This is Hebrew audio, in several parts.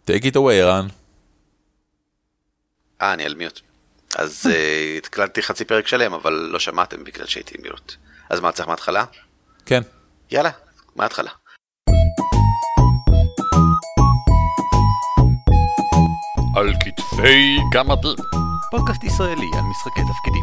take it away, ערן. אני על מיוט. אז התקלטתי חצי פרק שלם, אבל לא שמעתם בגלל שהייתי מיוט. אז מה, צריך מההתחלה? כן. יאללה, מההתחלה. על כתפי גמדים, פודקאסט ישראלי על משחקי תפקידים.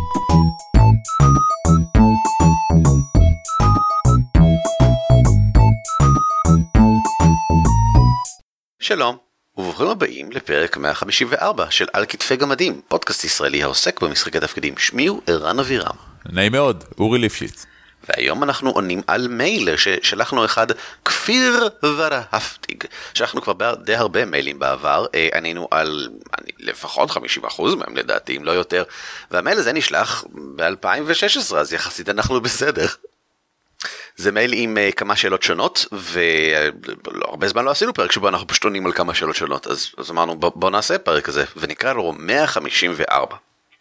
שלום, וברוכים הבאים לפרק 154 של על כתפי גמדים, פודקאסט ישראלי העוסק במשחקי תפקידים. שמי הוא ערן אבירם. נעים מאוד, אורי ליפשיץ. והיום אנחנו עונים על מייל ששלחנו אחד, כפיר ורהפטיג. שלחנו כבר די הרבה מיילים בעבר, ענינו על לפחות 50% מהם לדעתי, אם לא יותר, והמייל הזה נשלח ב-2016, אז יחסית אנחנו בסדר. זה מייל עם כמה שאלות שונות, והרבה זמן לא עשינו פרק שבו אנחנו פשוט עונים על כמה שאלות שונות, אז אמרנו בוא נעשה פרק הזה, ונקרא לו 154.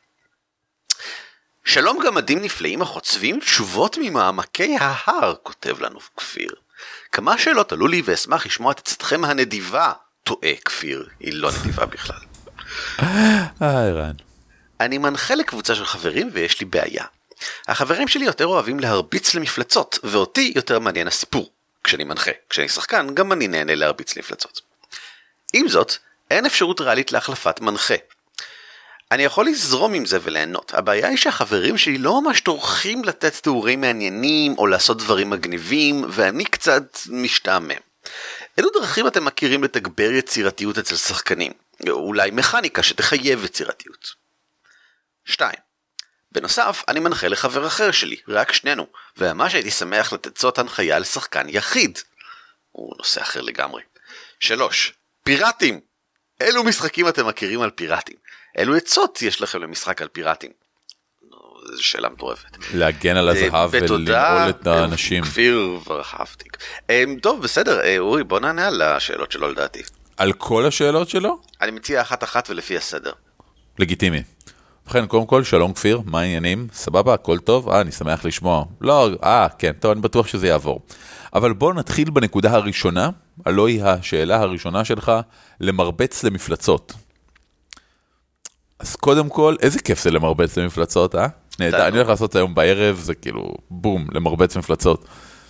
שלום גמדים נפלאים החוצבים תשובות ממעמקי ההר, כותב לנו כפיר. כמה שאלות עלו לי ואשמח לשמוע את עצתכם הנדיבה. טועה כפיר, היא לא נדיבה בכלל. ערן. אני מנחה לקבוצה של חברים ויש לי בעיה. החברים שלי יותר אוהבים להרביץ למפלצות, ואותי יותר מעניין הסיפור. כשאני מנחה, כשאני שחקן, גם אני נהנה להרביץ למפלצות. עם זאת, אין אפשרות ריאלית להחלפת מנחה. אני יכול לזרום עם זה וליהנות. הבעיה היא שהחברים שלי לא ממש טורחים לתת תיאורים מעניינים או לעשות דברים מגניבים, ואני קצת משתעמם. אילו דרכים אתם מכירים לתגבר יצירתיות אצל שחקנים? אולי מכניקה שתחייב יצירתיות. 2. בנוסף, אני מנחה לחבר אחר שלי, רק שנינו, וממש הייתי שמח לתת זאת הנחיה לשחקן יחיד. הוא נושא אחר לגמרי. 3. פיראטים. אילו משחקים אתם מכירים על פיראטים? אילו עצות יש לכם למשחק על פיראטים? זו שאלה מטורפת. להגן על הזהב ולנעול את האנשים. כפיר ורהפטיג. טוב, בסדר, אורי, בוא נענה על השאלות שלו לדעתי. על כל השאלות שלו? אני מציע אחת ולפי הסדר. לגיטימי. ובכן, קודם כל, שלום כפיר, מה העניינים? סבבה, הכל טוב? אני שמח לשמוע. לא, כן, טוב, אני בטוח שזה יעבור. אבל בואו נתחיל בנקודה הראשונה, הלא היא השאלה הראשונה שלך, למרבץ למפלצות. אז קודם כל, איזה כיף זה למרבץ למפלצות, נהדר, אני הולך לעשות את היום בערב, זה כאילו, בום, למרבץ מפלצות.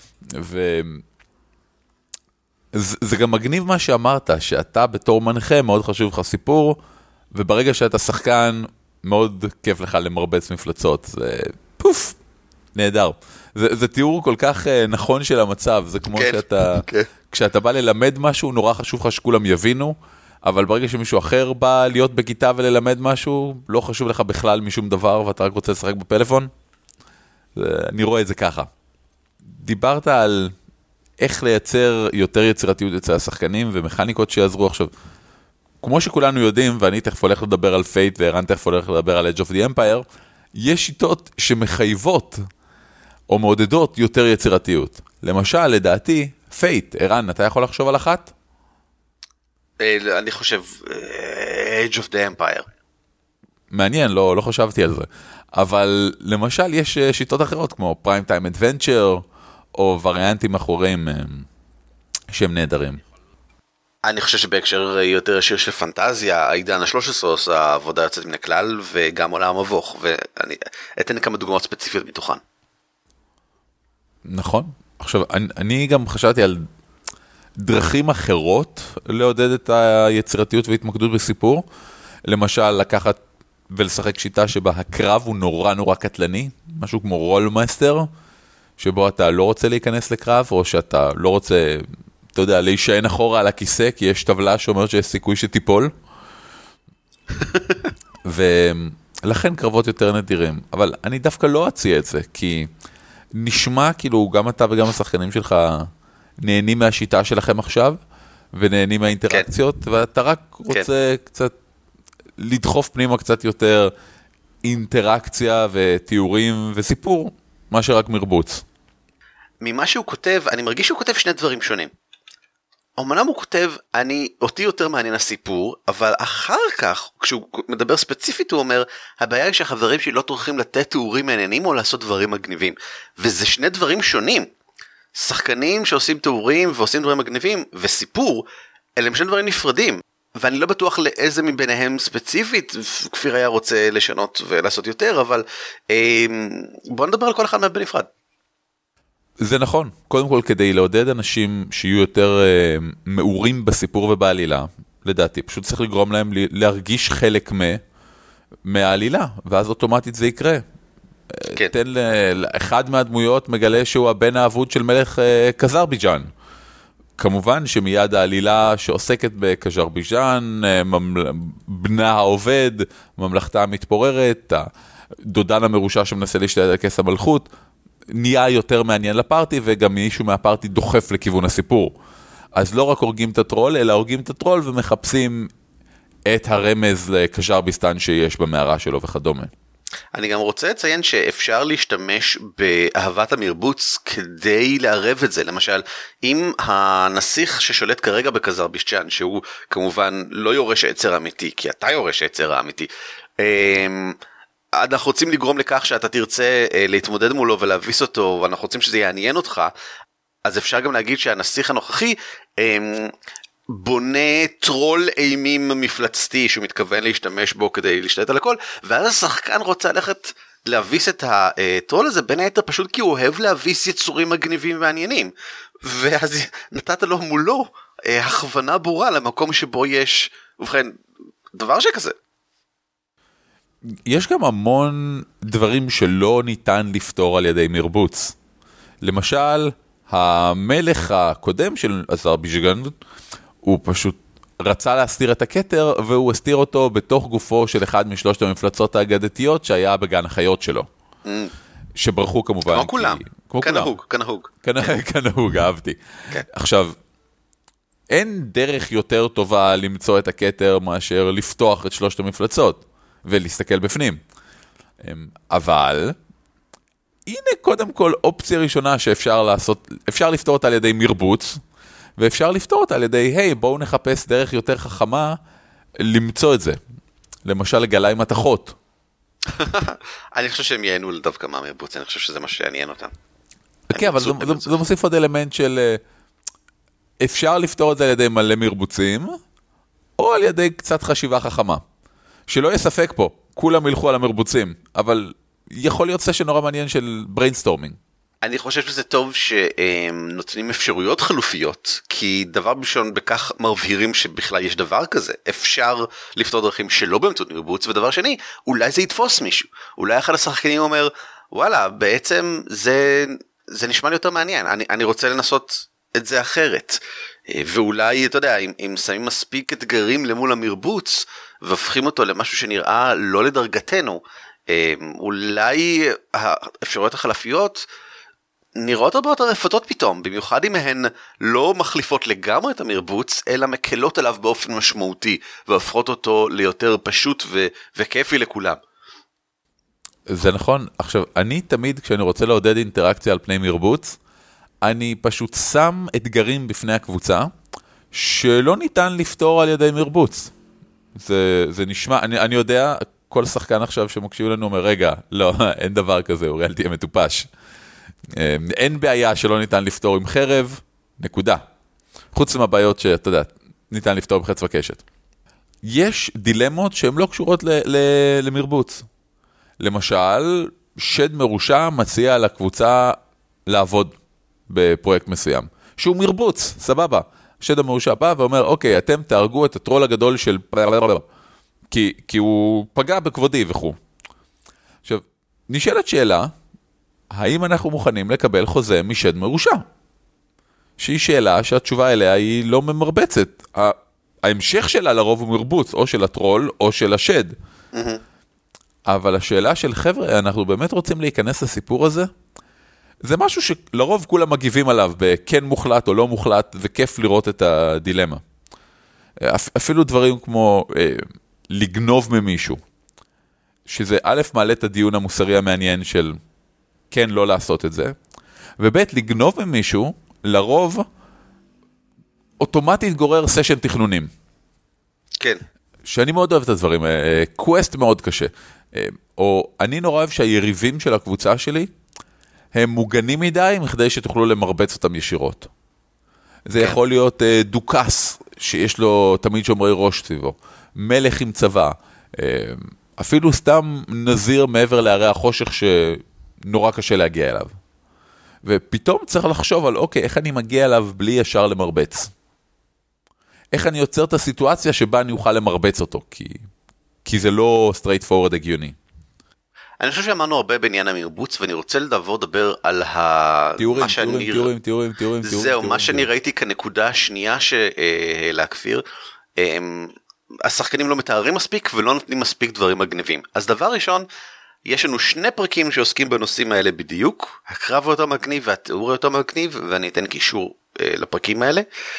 זה גם מגניב מה שאמרת, שאתה בתור מנחה מאוד חשוב לך סיפור, וברגע שאתה שחקן, מאוד כיף לך למרבץ מפלצות. זה פוף, נהדר. זה תיאור כל כך נכון של המצב, זה כמו שאתה, כשאתה בא ללמד משהו, נורא חשוב לך שכולם יבינו, אבל ברגע שמישהו אחר בא להיות בכיתה וללמד משהו, לא חשוב לך בכלל משום דבר, ואתה רק רוצה לשחק בפלאפון. אני רואה את זה ככה. דיברת על איך לייצר יותר יצירתיות אצל השחקנים, ומכניקות שיעזרו עכשיו. כמו שכולנו יודעים, ואני תכף הולך לדבר על פייט, וערן תכף הולך לדבר על Age of the Empire, יש שיטות שמחייבות, או מעודדות יותר יצירתיות. למשל, לדעתי, פייט. ערן, אתה יכול לחשוב על אחת? אני חושב Age of the Empire. מעניין, לא חשבתי על זה. אבל למשל יש שיטות אחרות כמו Prime Time Adventure או וריאנטים אחרים שהם נהדרים. אני חושב שבהקשר יותר ישיר של פנטזיה, העידן ה-13 עושה עבודה יוצאת מן הכלל וגם עולם המבוך, ואני אתן כמה דוגמאות ספציפיות מתוכן. נכון. עכשיו, אני גם חשבתי על דרכים אחרות לעודד את היצירתיות והתמקדות בסיפור. למשל, לקחת ולשחק שיטה שבה הקרב הוא נורא קטלני, משהו כמו רול מאסטר, שבו אתה לא רוצה להיכנס לקרב, או שאתה לא רוצה, אתה יודע, להישען אחורה על הכיסא, כי יש טבלה שאומרת שיש סיכוי שתיפול. ולכן קרבות יותר נדירים. אבל אני דווקא לא אציע את זה, כי נשמע כאילו גם אתה וגם השחקנים שלך נהנים מהשיטה שלכם עכשיו, ונהנים מהאינטראקציות, ואתה רק רוצה קצת לדחוף פנימה קצת יותר אינטראקציה ותיאורים וסיפור, מה שרק מרבוץ. ממה שהוא כותב, אני מרגיש שהוא כותב שני דברים שונים. אמנם הוא כותב, אותי יותר מעניין הסיפור, אבל אחר כך, כשהוא מדבר ספציפית, הוא אומר, הבעיה היא שהחברים שלי לא טורחים לתת תיאורים מעניינים או לעשות דברים מגניבים. וזה שני דברים שונים. שחקנים שעושים תיאורים ועושים דברים מגניבים, וסיפור, אלה הם שני דברים נפרדים. ואני לא בטוח לאיזה מביניהם ספציפית כפיר היה רוצה לשנות ולעשות יותר, אבל בוא נדבר על כל אחד מהם בנפרד. זה נכון, קודם כל כדי לעודד אנשים שיהיו יותר מעורים בסיפור ובעלילה, לדעתי, פשוט צריך לגרום להם להרגיש חלק מהעלילה, ואז אוטומטית זה יקרה. כן. תן לאחד מהדמויות מגלה שהוא הבן האבוד של מלך קזרביג'אן. כמובן שמיד העלילה שעוסקת בקזרביג'אן, בנה העובד, ממלכתה המתפוררת, הדודן המרושע שמנסה להשתלט על כס המלכות, נהיה יותר מעניין לפארטי, וגם מישהו מהפארטי דוחף לכיוון הסיפור. אז לא רק הורגים את הטרול, אלא הורגים את הטרול ומחפשים את הרמז לקזרביסטן שיש במערה שלו וכדומה. אני גם רוצה לציין שאפשר להשתמש באהבת המרבוץ כדי לערב את זה. למשל, אם הנסיך ששולט כרגע בקזרביסטן, שהוא כמובן לא יורש העצר האמיתי, כי אתה יורש העצר האמיתי, אנחנו רוצים לגרום לכך שאתה תרצה להתמודד מולו ולהביס אותו, ואנחנו רוצים שזה יעניין אותך, אז אפשר גם להגיד שהנסיך הנוכחי בונה טרול אימים מפלצתי שהוא מתכוון להשתמש בו כדי להשתלט על הכל, ואז השחקן רוצה ללכת להביס את הטרול הזה, בין היתר פשוט כי הוא אוהב להביס יצורים מגניבים ועניינים, ואז נתת לו מולו הכוונה ברורה למקום שבו יש, ובכן, דבר שכזה. יש גם המון דברים שלא ניתן לפתור על ידי מרבוץ. למשל, המלך הקודם של אזרבייג'ן, הוא פשוט רצה להסתיר את הכתר, והוא הסתיר אותו בתוך גופו של אחד משלושת המפלצות האגדתיות שהיה בגן החיות שלו. שברחו כמובן. כמו כולם. כנהוג, אהבתי. עכשיו, אין דרך יותר טובה למצוא את הכתר מאשר לפתוח את שלושת המפלצות, ולהסתכל בפנים. אבל, הנה קודם כל אופציה ראשונה שאפשר לעשות, אפשר לפתור אותה על ידי מרבוץ, ואפשר לפתור אותה על ידי, היי, בואו נחפש דרך יותר חכמה למצוא את זה. למשל, גלאי מתכות. אני חושב שהם ייהנו דווקא מהמרבוץ, אני חושב שזה מה שיעניין אותם. כן, אבל זה מוסיף עוד אלמנט של, אפשר לפתור את זה על ידי מלא מרבוצים, או על ידי קצת חשיבה חכמה. שלא יהיה ספק פה, כולם ילכו על המרבוצים, אבל יכול להיות סשן נורא מעניין של בריינסטורמינג. אני חושב שזה טוב שנותנים אפשרויות חלופיות, כי דבר ראשון בכך מבהירים שבכלל יש דבר כזה, אפשר לפתור דרכים שלא באמצעות מרבוץ, ודבר שני, אולי זה יתפוס מישהו, אולי אחד השחקנים אומר, וואלה, בעצם זה נשמע לי יותר מעניין, אני רוצה לנסות את זה אחרת, ואולי, אתה יודע, אם שמים מספיק אתגרים למול המרבוץ, והופכים אותו למשהו שנראה לא לדרגתנו, אולי האפשרויות החלפיות נראות הרבה יותר רפתות פתאום, במיוחד אם הן לא מחליפות לגמרי את המרבוץ, אלא מקלות עליו באופן משמעותי, והופכות אותו ליותר פשוט וכיפי לכולם. זה נכון. עכשיו, אני תמיד, כשאני רוצה לעודד אינטראקציה על פני מרבוץ, אני פשוט שם אתגרים בפני הקבוצה, שלא ניתן לפתור על ידי מרבוץ. זה נשמע, אני יודע, כל שחקן עכשיו שמקשיב לנו אומר, רגע, לא, אין דבר כזה, הוא ריאל תהיה מטופש. אין בעיה שלא ניתן לפתור עם חרב, נקודה. חוץ מהבעיות שאתה יודע, ניתן לפתור עם חץ וקשת. יש דילמות שהן לא קשורות למרבוץ. למשל, שד מרושע מציע לקבוצה לעבוד בפרויקט מסוים. שהוא מרבוץ, סבבה. שד המרושע בא ואומר, אוקיי, אתם תהרגו את הטרול הגדול של כי הוא פגע בכבודי וכו'. עכשיו, נשאלת שאלה, האם אנחנו מוכנים לקבל חוזה משד מרושע? שהיא שאלה שהתשובה אליה היא לא ממרבצת. ההמשך שלה לרוב הוא מרבוץ, או של הטרול או של השד. אבל השאלה של חבר'ה, אנחנו באמת רוצים להיכנס לסיפור הזה? זה משהו שלרוב כולם מגיבים עליו בכן מוחלט או לא מוחלט, וכיף לראות את הדילמה. אפילו דברים כמו לגנוב ממישהו, שזה א' מעלה את הדיון המוסרי המעניין של כן לא לעשות את זה, וב' לגנוב ממישהו, לרוב אוטומטית גורר סשן תכנונים. כן. שאני מאוד אוהב את הדברים, קווסט מאוד קשה. או אני נורא אוהב שהיריבים של הקבוצה שלי, הם מוגנים מדי, מכדי שתוכלו למרבץ אותם ישירות. זה יכול להיות דוקס, שיש לו תמיד שומרי ראש סביבו, מלך עם צבא, אפילו סתם נזיר מעבר לערי החושך שנורא קשה להגיע אליו. ופתאום צריך לחשוב על, אוקיי, איך אני מגיע אליו בלי ישר למרבץ? איך אני יוצר את הסיטואציה שבה אני אוכל למרבץ אותו? כי זה לא straight forward הגיוני. אני חושב שאמרנו הרבה בעניין המרבוץ, ואני רוצה לדבר על תיאורים. זהו, מה שאני ראיתי כנקודה השנייה שהעלה כפיר, השחקנים לא מתארים מספיק ולא נותנים מספיק דברים מגניבים. אז דבר ראשון, יש לנו 2 פרקים שעוסקים בנושאים האלה בדיוק, הקרב אותו מגניב והתיאור אותו מגניב, ואני אתן קישור לפרקים האלה.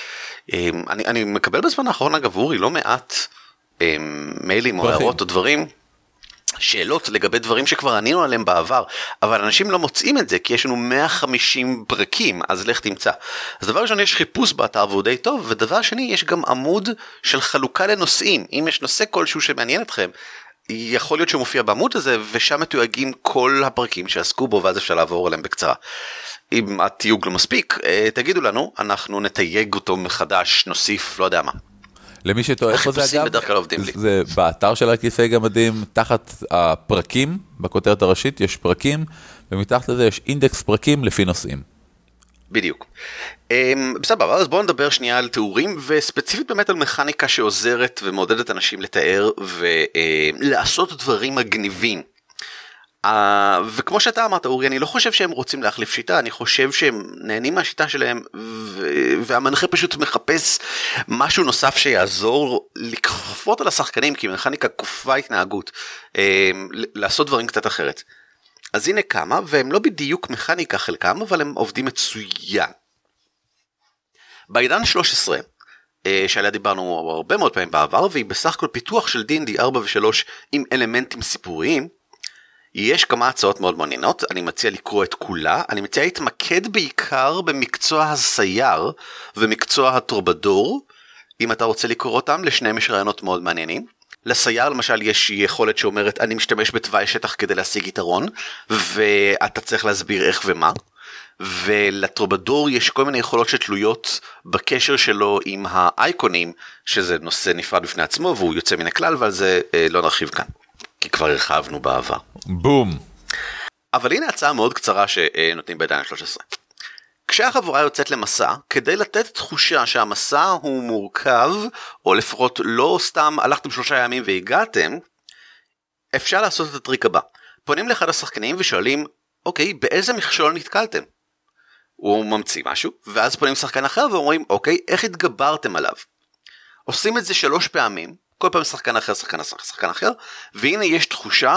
אני מקבל בזמן האחרון אגב אורי לא מעט מיילים או הערות או דברים, שאלות לגבי דברים שכבר ענינו עליהם בעבר, אבל אנשים לא מוצאים את זה, כי יש לנו 150 פרקים, אז לך תמצא. אז דבר ראשון, יש חיפוש באתר והוא די טוב, ודבר שני, יש גם עמוד של חלוקה לנושאים. אם יש נושא כלשהו שמעניין אתכם, יכול להיות שהוא מופיע בעמוד הזה, ושם מתויגים כל הפרקים שעסקו בו, ואז אפשר לעבור עליהם בקצרה. אם התיוג לא מספיק, תגידו לנו, אנחנו נתייג אותו מחדש, נוסיף, לא יודע מה. למי שטועה, איפה זה אגב? זה באתר של הכיסא גמדים, תחת הפרקים, בכותרת הראשית יש פרקים, ומתחת לזה יש אינדקס פרקים לפי נושאים. בדיוק. בסדר, אז בואו נדבר שנייה על תיאורים, וספציפית באמת על מכניקה שעוזרת ומעודדת אנשים לתאר ולעשות דברים מגניבים. וכמו שאתה אמרת אורי, אני לא חושב שהם רוצים להחליף שיטה, אני חושב שהם נהנים מהשיטה שלהם, והמנחה פשוט מחפש משהו נוסף שיעזור לכפות על השחקנים, כי מכניקה כופה התנהגות, לעשות דברים קצת אחרת. אז הנה כמה, והם לא בדיוק מכניקה חלקם, אבל הם עובדים מצוין. בעידן 13, שעליה דיברנו הרבה מאוד פעמים בעבר, והיא בסך הכל פיתוח של D&D 4 ו3 עם אלמנטים סיפוריים, יש כמה הצעות מאוד מעניינות, אני מציע לקרוא את כולה, אני מציע להתמקד בעיקר במקצוע הסייר ומקצוע הטרובדור, אם אתה רוצה לקרוא אותם, לשניהם יש רעיונות מאוד מעניינים. לסייר למשל יש יכולת שאומרת, אני משתמש בתוואי שטח כדי להשיג יתרון, ואתה צריך להסביר איך ומה. ולטרובדור יש כל מיני יכולות שתלויות בקשר שלו עם האייקונים, שזה נושא נפרד בפני עצמו, והוא יוצא מן הכלל, ועל זה לא נרחיב כאן. כי כבר הרחבנו בעבר. בום. אבל הנה הצעה מאוד קצרה שנותנים בעידן 13. כשהחבורה יוצאת למסע, כדי לתת תחושה שהמסע הוא מורכב, או לפחות לא סתם הלכתם 3 ימים והגעתם, אפשר לעשות את הטריק הבא. פונים לאחד השחקנים ושואלים, אוקיי, באיזה מכשול נתקלתם? הוא ממציא משהו, ואז פונים שחקן אחר ואומרים, אוקיי, איך התגברתם עליו? עושים את זה 3 פעמים, כל פעם שחקן אחר, שחקן אחר, והנה יש תחושה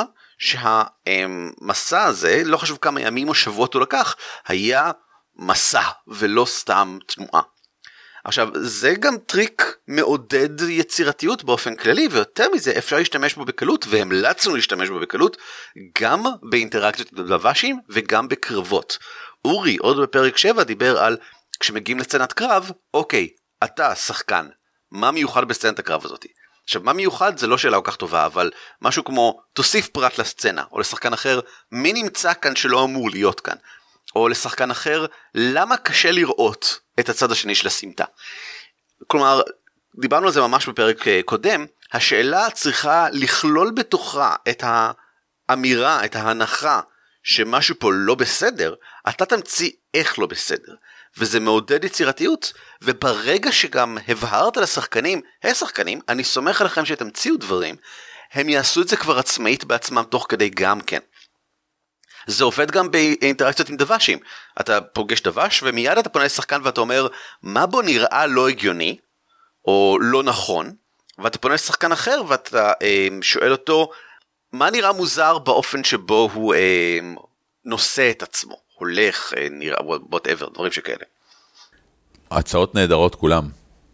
שהמסע הזה, לא חשוב כמה ימים או שבועות הוא לקח, היה מסע ולא סתם תנועה. עכשיו, זה גם טריק מעודד יצירתיות באופן כללי, ויותר מזה אפשר להשתמש בו בקלות, והמלצנו להשתמש בו בקלות, גם באינטראקציות דבשים וגם בקרבות. אורי, עוד בפרק 7, דיבר על, כשמגיעים לסצנת קרב, אוקיי, אתה שחקן, מה מיוחד בסצנת הקרב הזאת? עכשיו, מה מיוחד זה לא שאלה כל כך טובה, אבל משהו כמו, תוסיף פרט לסצנה, או לשחקן אחר, מי נמצא כאן שלא אמור להיות כאן? או לשחקן אחר, למה קשה לראות את הצד השני של הסמטה? כלומר, דיברנו על זה ממש בפרק קודם, השאלה צריכה לכלול בתוכה את האמירה, את ההנחה, שמשהו פה לא בסדר, אתה תמציא איך לא בסדר. וזה מעודד יצירתיות, וברגע שגם הבהרת לשחקנים, היי שחקנים, אני סומך עליכם שתמציאו דברים, הם יעשו את זה כבר עצמאית בעצמם תוך כדי גם כן. זה עובד גם באינטראקציות עם דבשים. אתה פוגש דבש, ומיד אתה פונה לשחקן ואתה אומר, מה בו נראה לא הגיוני, או לא נכון, ואתה פונה לשחקן אחר, ואתה שואל אותו, מה נראה מוזר באופן שבו הוא נושא את עצמו, הולך, נראה, whatever, דברים שכאלה. הצעות נהדרות כולם.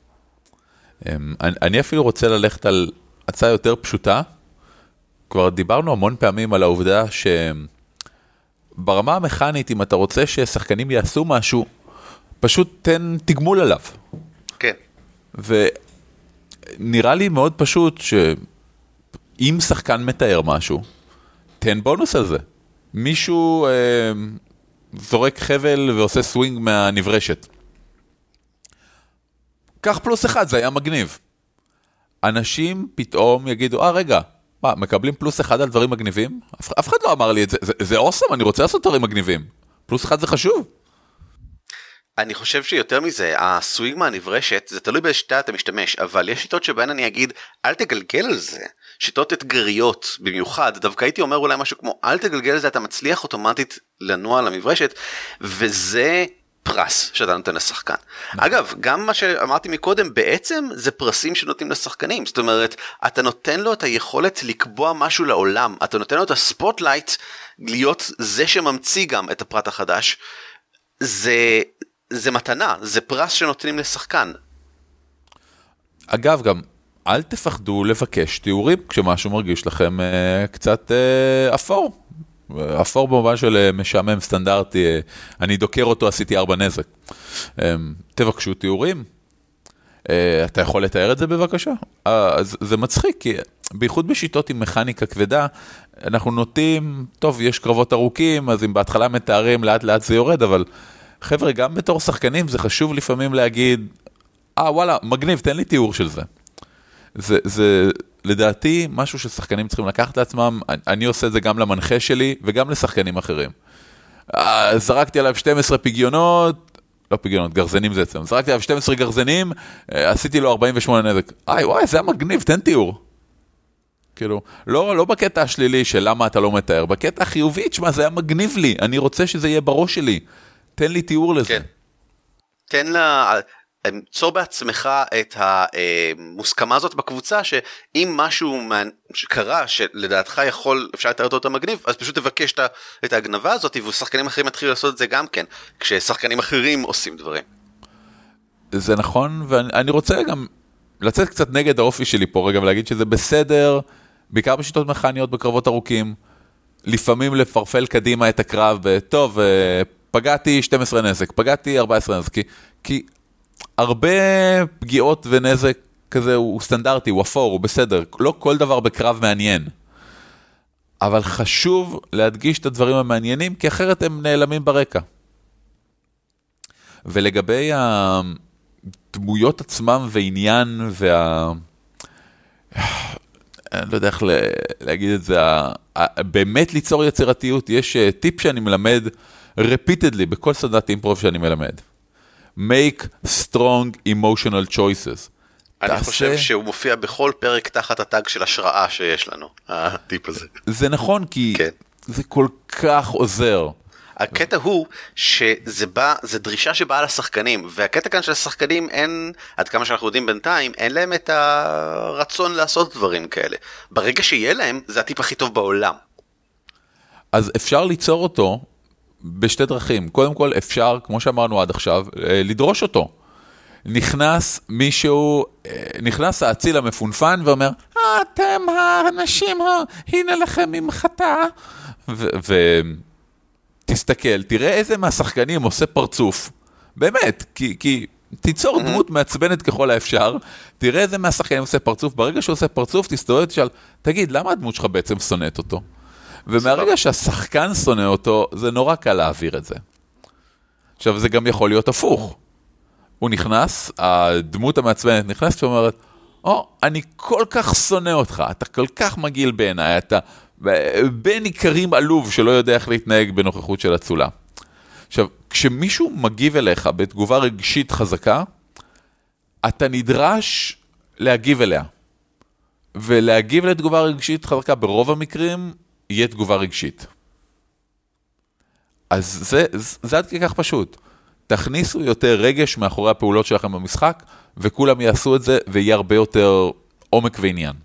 אני אפילו רוצה ללכת על הצעה יותר פשוטה. כבר דיברנו המון פעמים על העובדה שברמה המכנית, אם אתה רוצה ששחקנים יעשו משהו, פשוט תן תגמול עליו. כן. ונראה לי מאוד פשוט שאם שחקן מתאר משהו, תן בונוס על זה. מישהו זורק חבל ועושה סווינג מהנברשת. קח +1, זה היה מגניב. אנשים פתאום יגידו, רגע, מה, מקבלים +1 על דברים מגניבים? אף אחד לא אמר לי את זה, זה awesome, אני רוצה לעשות דברים מגניבים. +1 זה חשוב. אני חושב שיותר מזה, הסוויג מהנברשת, זה תלוי באיזה שיטה אתה משתמש, אבל יש שיטות שבהן אני אגיד, אל תגלגל על זה. שיטות אתגריות במיוחד, דווקא הייתי אומר אולי משהו כמו, אל תגלגל על זה, אתה מצליח אוטומטית לנוע על המברשת, וזה פרס שאתה נותן לשחקן. אגב, גם מה שאמרתי מקודם, בעצם זה פרסים שנותנים לשחקנים, זאת אומרת, אתה נותן לו את היכולת לקבוע משהו לעולם, אתה נותן לו את הספוטלייט, להיות זה שממציא גם את הפרט החדש, זה מתנה, זה פרס שנותנים לשחקן. אגב, גם אל תפחדו לבקש תיאורים כשמשהו מרגיש לכם קצת אפור. אפור במובן של משעמם סטנדרטי, אני דוקר אותו, עשיתי 4 נזק. תבקשו תיאורים. אתה יכול לתאר את זה בבקשה? זה מצחיק, כי בייחוד בשיטות עם מכניקה כבדה, אנחנו נוטים, טוב, יש קרבות ארוכים, אז אם בהתחלה מתארים, לאט לאט זה יורד, אבל חבר'ה, גם בתור שחקנים, זה חשוב לפעמים להגיד, וואלה, מגניב, תן לי תיאור של זה. זה לדעתי משהו ששחקנים צריכים לקחת לעצמם, אני עושה את זה גם למנחה שלי, וגם לשחקנים אחרים. זרקתי עליו 12 פגיונות, לא פגיונות, גרזנים זה אצלם, זרקתי עליו 12 גרזנים, עשיתי לו 48 נזק. וואי, זה היה מגניב, תן תיאור. כאילו, לא בקטע השלילי של למה אתה לא מתאר, בקטע החיובי, שמה, זה היה מגניב לי, אני רוצה שזה יהיה בראש שלי. תן לי תיאור לזה. כן. תן לה, צור בעצמך את המוסכמה הזאת בקבוצה, שאם משהו שקרה שלדעתך אפשר לתאר אותו מגניב, אז פשוט תבקש את ההגנבה הזאת, ושחקנים אחרים יתחילו לעשות את זה גם כן, כששחקנים אחרים עושים דברים. זה נכון, ואני רוצה גם לצאת קצת נגד האופי שלי פה רגע, ולהגיד שזה בסדר, בעיקר בשיטות מכניות בקרבות ארוכים, לפעמים לפרפל קדימה את הקרב, טוב, פגעתי 12 נזק, פגעתי 14 נזק, כי הרבה פגיעות ונזק כזה הוא סטנדרטי, הוא אפור, הוא בסדר, לא כל דבר בקרב מעניין. אבל חשוב להדגיש את הדברים המעניינים, כי אחרת הם נעלמים ברקע. ולגבי הדמויות עצמם ועניין אני לא יודע איך להגיד את זה, באמת ליצור יצירתיות, יש טיפ שאני מלמד repeatedly בכל סדנת אימפרוב שאני מלמד. make strong emotional choices. אני חושב שהוא מופיע בכל פרק תחת הטאג של השראה שיש לנו, הטיפ הזה. זה נכון, כי זה כל כך עוזר. הקטע הוא שזה דרישה שבאה לשחקנים, והקטע כאן של השחקנים אין, עד כמה שאנחנו יודעים בינתיים, אין להם את הרצון לעשות דברים כאלה. ברגע שיהיה להם, זה הטיפ הכי טוב בעולם. אז אפשר ליצור אותו בשתי דרכים. קודם כל אפשר, כמו שאמרנו עד עכשיו, לדרוש אותו. נכנס מישהו, נכנס האציל המפונפן ואומר, אתם האנשים, הנה לכם ממחתה, תסתכל, תראה איזה מהשחקנים עושה פרצוף, באמת, כי תיצור דמות מעצבנת ככל האפשר, תראה איזה מהשחקנים עושה פרצוף, ברגע שהוא עושה פרצוף, תסתובב ותשאל, תגיד, למה הדמות שלך בעצם שונאת אותו? ומהרגע שהשחקן שונא אותו, זה נורא קל להעביר את זה. עכשיו, זה גם יכול להיות הפוך. הוא נכנס, הדמות המעצבנת נכנסת ואומרת, אני כל כך שונא אותך, אתה כל כך מגעיל בעיניי, אתה בן עיקרים עלוב שלא יודע איך להתנהג בנוכחות של הצולה. עכשיו, כשמישהו מגיב אליך בתגובה רגשית חזקה, אתה נדרש להגיב אליה. ולהגיב לתגובה רגשית חזקה ברוב המקרים, יהיה תגובה רגשית. אז זה עד כך פשוט. תכניסו יותר רגש מאחורי הפעולות שלכם במשחק, וכולם יעשו את זה, ויהיה הרבה יותר עומק ועניין.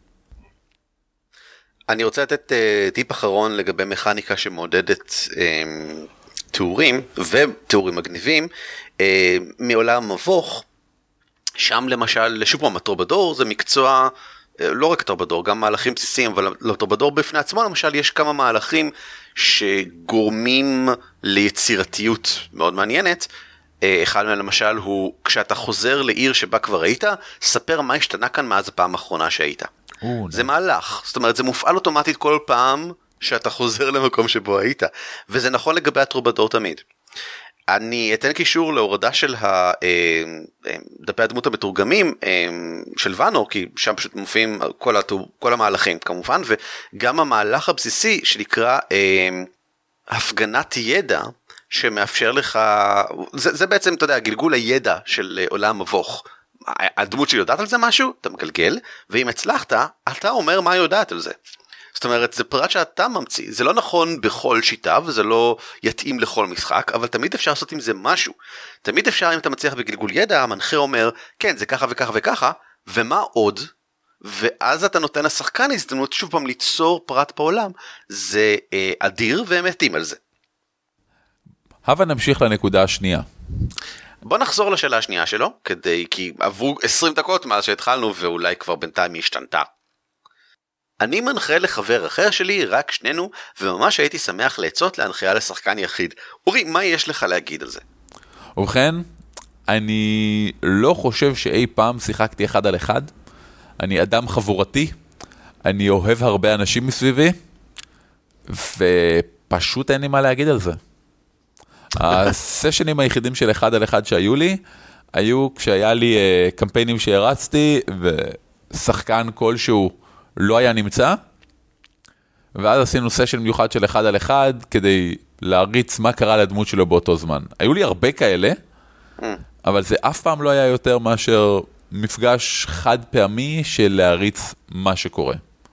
אני רוצה לתת טיפ אחרון לגבי מכניקה שמעודדת תיאורים, ותיאורים מגניבים, מעולם מבוך, שם למשל, שוב פעם, הטרובדור זה מקצוע, לא רק טרובדור, גם מהלכים בסיסיים, אבל לטרובדור בפני עצמו, למשל, יש כמה מהלכים שגורמים ליצירתיות מאוד מעניינת. אחד מהם למשל הוא, כשאתה חוזר לעיר שבה כבר היית, ספר מה השתנה כאן מאז הפעם האחרונה שהיית. זה מהלך, זאת אומרת, זה מופעל אוטומטית כל פעם שאתה חוזר למקום שבו היית, וזה נכון לגבי הטרובדור תמיד. אני אתן קישור להורדה של דפי הדמות המתורגמים של ואנו, כי שם פשוט מופיעים כל המהלכים כמובן, וגם המהלך הבסיסי שנקרא הפגנת ידע, שמאפשר לך, זה בעצם, אתה יודע, גלגול הידע של עולם מבוך. הדמות שיודעת על זה משהו, אתה מגלגל, ואם הצלחת, אתה אומר מה יודעת על זה. זאת אומרת, זה פרט שאתה ממציא, זה לא נכון בכל שיטה, וזה לא יתאים לכל משחק, אבל תמיד אפשר לעשות עם זה משהו. תמיד אפשר, אם אתה מצליח בגלגול ידע, המנחה אומר, כן, זה ככה וככה וככה, ומה עוד? ואז אתה נותן לשחקן הזדמנות שוב פעם ליצור פרט בעולם, זה אדיר והם מתים על זה. הבה נמשיך לנקודה השנייה. בוא נחזור לשאלה השנייה שלו, כי עברו 20 דקות מאז שהתחלנו, ואולי כבר בינתיים היא השתנתה. אני מנחה לחבר אחר שלי, רק שנינו, וממש הייתי שמח לעצות להנחיה לשחקן יחיד. אורי, מה יש לך להגיד על זה? ובכן, אני לא חושב שאי פעם שיחקתי אחד על אחד. אני אדם חבורתי, אני אוהב הרבה אנשים מסביבי, ופשוט אין לי מה להגיד על זה. הסשנים היחידים של אחד על אחד שהיו לי, היו כשהיה לי קמפיינים שהרצתי, ושחקן כלשהו לא היה נמצא, ואז עשינו סשן מיוחד של אחד על אחד, כדי להריץ מה קרה לדמות שלו באותו זמן. היו לי הרבה כאלה, אבל זה אף פעם לא היה יותר מאשר מפגש חד פעמי של להריץ מה שקורה.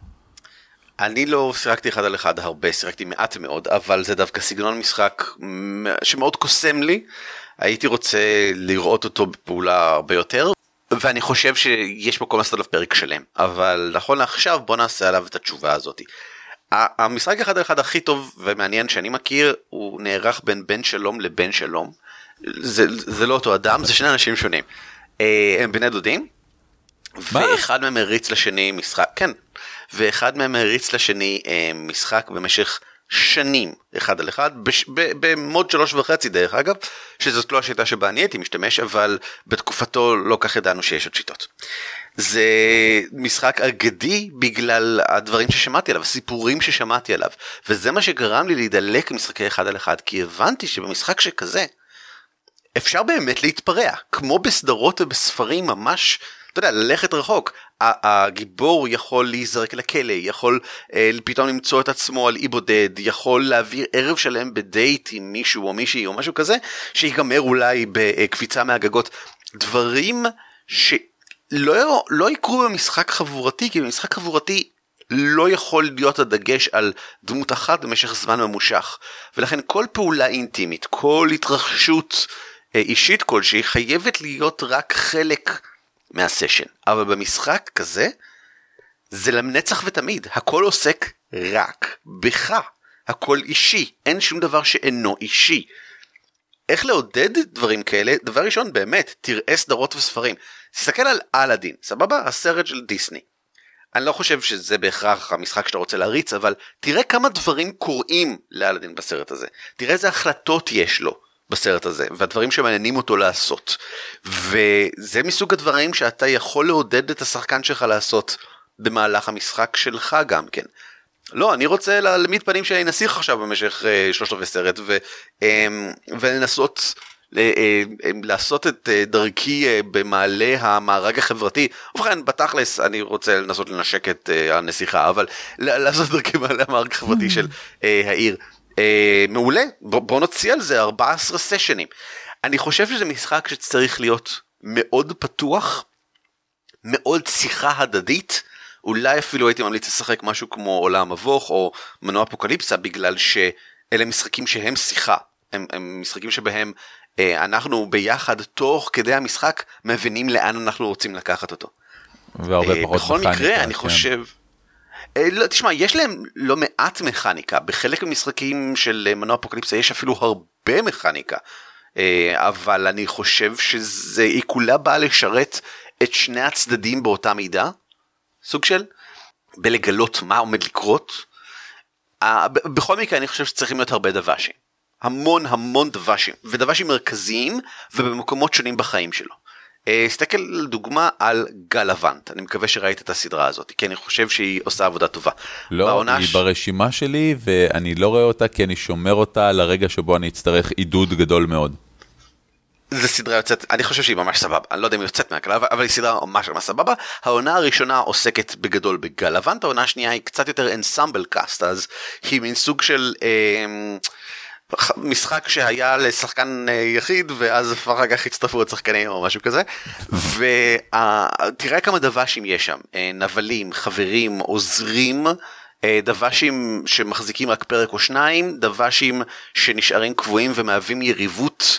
אני לא שיחקתי אחד על אחד הרבה, שיחקתי מעט מאוד, אבל זה דווקא סגנון משחק שמאוד קוסם לי, הייתי רוצה לראות אותו בפעולה הרבה יותר, ואני חושב שיש מקום לעשות עליו פרק שלם, אבל נכון לעכשיו בוא נעשה עליו את התשובה הזאת. המשחק אחד על אחד הכי טוב ומעניין שאני מכיר, הוא נערך בין בן שלום לבן שלום, זה לא אותו אדם, זה שני אנשים שונים, הם בני דודים, ואחד מהם הריץ לשני משחק, כן, ואחד מהם הריץ לשני משחק במשך שנים, אחד על אחד, במוד 3.5 דרך אגב, שזאת לא השיטה שבה אני הייתי משתמש, אבל בתקופתו לא כך ידענו שיש עוד שיטות. זה משחק אגדי בגלל הדברים ששמעתי עליו, הסיפורים ששמעתי עליו, וזה מה שגרם לי להידלק משחקי אחד על אחד, כי הבנתי שבמשחק שכזה, אפשר באמת להתפרע, כמו בסדרות ובספרים ממש, אתה יודע, ללכת רחוק. הגיבור יכול להיזרק לכלא, יכול פתאום למצוא את עצמו על אי בודד, יכול להעביר ערב שלם בדייט עם מישהו או מישהי או משהו כזה, שיגמר אולי בקפיצה מהגגות. דברים שלא יקרו במשחק חבורתי, כי במשחק חבורתי לא יכול להיות הדגש על דמות אחת במשך זמן ממושך. ולכן כל פעולה אינטימית, כל התרחשות אישית כלשהי, חייבת להיות רק חלק מהסשן, אבל במשחק כזה, זה לנצח ותמיד, הכל עוסק רק בך, הכל אישי, אין שום דבר שאינו אישי. איך לעודד דברים כאלה? דבר ראשון, באמת, תראה סדרות וספרים, תסתכל על אלאדין, סבבה? הסרט של דיסני. אני לא חושב שזה בהכרח המשחק שאתה רוצה להריץ, אבל תראה כמה דברים קוראים לאלאדין בסרט הזה, תראה איזה החלטות יש לו בסרט הזה, והדברים שמעניינים אותו לעשות, וזה מסוג הדברים שאתה יכול לעודד את השחקן שלך לעשות במהלך המשחק שלך גם כן. לא, אני רוצה להעמיד פנים שאני נסיך עכשיו במשך 3 סרט, ולנסות לעשות את דרכי במעלה המארג החברתי. ובכן, בתכלס אני רוצה לנסות לנשק את הנסיכה, אבל לעשות דרכי במעלה המארג החברתי של העיר. מעולה, בוא נוציא על זה 14 סשנים. אני חושב שזה משחק שצריך להיות מאוד פתוח, מאוד שיחה הדדית, אולי אפילו הייתי ממליץ לשחק משהו כמו עולם מבוך או מנוע אפוקליפסה, בגלל שאלה משחקים שהם שיחה, הם משחקים שבהם אנחנו ביחד תוך כדי המשחק מבינים לאן אנחנו רוצים לקחת אותו. והרבה פחות בכל מקרה אני חושב, לא, תשמע, יש להם לא מעט מכניקה, בחלק מהמשחקים של מנוע אפוקליפסה יש אפילו הרבה מכניקה, אבל אני חושב היא כולה באה לשרת את שני הצדדים באותה מידה, סוג של בלגלות מה עומד לקרות. בכל מקרה אני חושב שצריכים להיות הרבה דבשים, המון דבשים, ודבשים מרכזיים ובמקומות שונים בחיים שלו. הסתכל לדוגמה על גלוונט, אני מקווה שראית את הסדרה הזאת, כי אני חושב שהיא עושה עבודה טובה. לא, היא ברשימה שלי, ואני לא רואה אותה כי אני שומר אותה לרגע שבו אני אצטרך עידוד גדול מאוד. זו סדרה יוצאת, אני חושב שהיא ממש סבבה, אני לא יודע אם היא יוצאת מהכלל, אבל היא סדרה ממש סבבה. העונה הראשונה עוסקת בגדול בגל לבן, העונה השנייה היא קצת יותר אנסמבל קאסט, אז היא מין סוג של משחק שהיה לשחקן יחיד, ואז אחר כך הצטרפו עוד שחקנים או משהו כזה, ותראה כמה דוושים יש שם, נבלים, חברים, עוזרים, דוושים שמחזיקים רק פרק או שניים, דוושים שנשארים קבועים ומהווים יריבות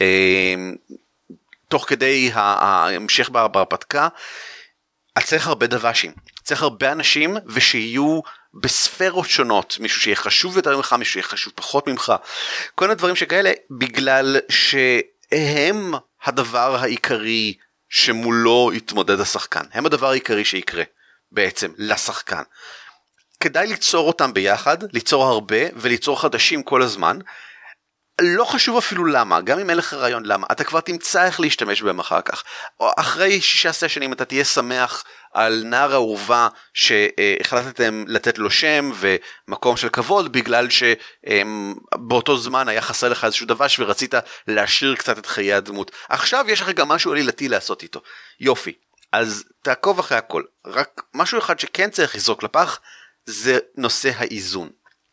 תוך כדי ההמשך בהרפתקה. צריך הרבה דוושים, צריך הרבה אנשים, ושיהיו בספרות שונות, מישהו שיהיה חשוב יותר ממך, מישהו שיהיה חשוב פחות ממך, כל מיני דברים שכאלה, בגלל שהם הדבר העיקרי שמולו יתמודד השחקן, הם הדבר העיקרי שיקרה בעצם לשחקן. כדאי ליצור אותם ביחד, ליצור הרבה וליצור חדשים כל הזמן. לא חשוב אפילו למה, גם אם אין לך רעיון למה, אתה כבר תמצא איך להשתמש בהם אחר כך. אחרי 6 סשנים אתה תהיה שמח על נער האורווה שהחלטתם לתת לו שם ומקום של כבוד, בגלל שבאותו זמן היה חסר לך איזשהו דבש ורצית להשאיר קצת את חיי הדמות. עכשיו יש לך גם משהו עלילתי לעשות איתו. יופי. אז תעקוב אחרי הכל. רק משהו אחד שכן צריך לזרוק לפח, זה נושא האיזון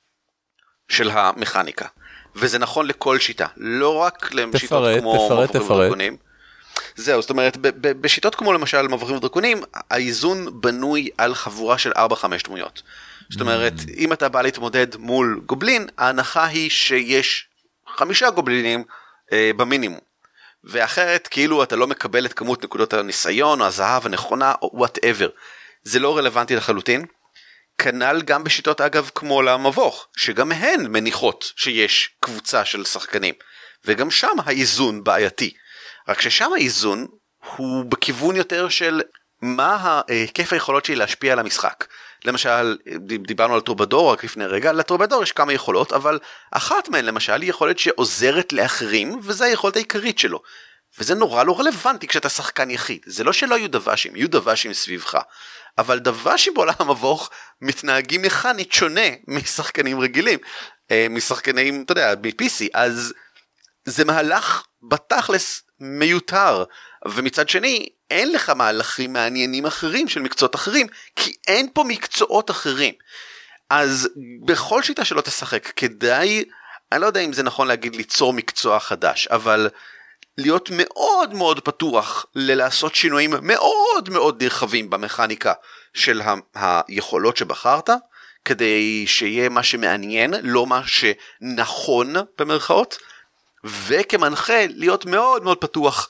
של המכניקה. וזה נכון לכל שיטה, לא רק לשיטות כמו מבוכים ודרקונים. זהו, זאת אומרת, בשיטות כמו למשל מבוכים ודרקונים, האיזון בנוי על חבורה של 4-5 דמויות. זאת אומרת, אם אתה בא להתמודד מול גובלין, ההנחה היא שיש 5 גובלינים במינימום. ואחרת, כאילו אתה לא מקבל את כמות נקודות הניסיון, או הזהב הנכונה, או whatever. זה לא רלוונטי לחלוטין. כנ"ל גם בשיטות אגב כמו למבוך, שגם הן מניחות שיש קבוצה של שחקנים, וגם שם האיזון בעייתי. רק ששם האיזון הוא בכיוון יותר של מה היקף היכולות שלי להשפיע על המשחק. למשל, דיברנו על טרובדור רק לפני רגע, לטרובדור יש כמה יכולות, אבל אחת מהן למשל היא יכולת שעוזרת לאחרים, וזו היכולת העיקרית שלו. וזה נורא לא רלוונטי כשאתה שחקן יחיד. זה לא שלא יהיו דוושים, יהיו דוושים סביבך. אבל דוושים בעולם המבוך מתנהגים מכנית שונה משחקנים רגילים, משחקנים, אתה יודע, ב-PC, אז זה מהלך בתכלס מיותר, ומצד שני, אין לך מהלכים מעניינים אחרים של מקצועות אחרים, כי אין פה מקצועות אחרים. אז בכל שיטה שלא תשחק, כדאי, אני לא יודע אם זה נכון להגיד ליצור מקצוע חדש, אבל להיות מאוד מאוד פתוח ללעשות שינויים מאוד מאוד נרחבים במכניקה של היכולות שבחרת, כדי שיהיה מה שמעניין, לא מה שנכון במרכאות, וכמנחה להיות מאוד מאוד פתוח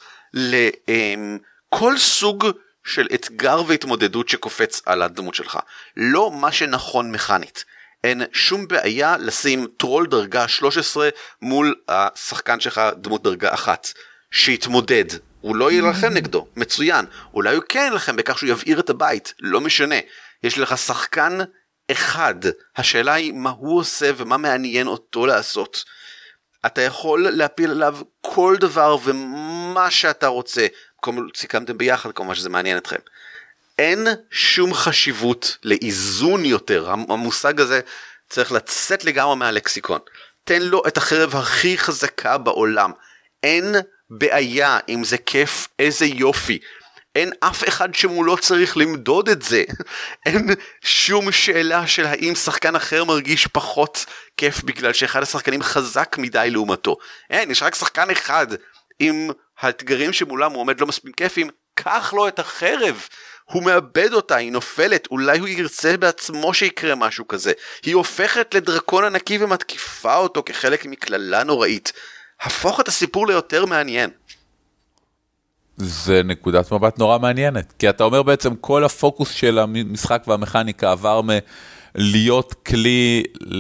לכל סוג של אתגר והתמודדות שקופץ על הדמות שלך. לא מה שנכון מכנית. אין שום בעיה לשים טרול דרגה 13 מול השחקן שלך דמות דרגה 1. שיתמודד, הוא לא ילחם נגדו, מצוין, אולי הוא כן ילחם בכך שהוא יבעיר את הבית, לא משנה, יש לך שחקן אחד, השאלה היא מה הוא עושה ומה מעניין אותו לעשות. אתה יכול להפיל עליו כל דבר ומה שאתה רוצה, סיכמתם ביחד כמובן שזה מעניין אתכם. אין שום חשיבות לאיזון יותר, המושג הזה צריך לצאת לגמרי מהלקסיקון, תן לו את החרב הכי חזקה בעולם, אין בעיה, אם זה כיף, איזה יופי. אין אף אחד שמולו צריך למדוד את זה. אין שום שאלה של האם שחקן אחר מרגיש פחות כיף בגלל שאחד השחקנים חזק מדי לעומתו. אין, יש רק שחקן אחד. אם האתגרים שמולם הוא עומד לא מספיק כיפים, קח לו את החרב. הוא מאבד אותה, היא נופלת, אולי הוא ירצה בעצמו שיקרה משהו כזה. היא הופכת לדרקון ענקי ומתקיפה אותו כחלק מכללה נוראית. הפוך את הסיפור ליותר מעניין. זה נקודת מבט נורא מעניינת, כי אתה אומר בעצם כל הפוקוס של המשחק והמכניקה עבר מלהיות כלי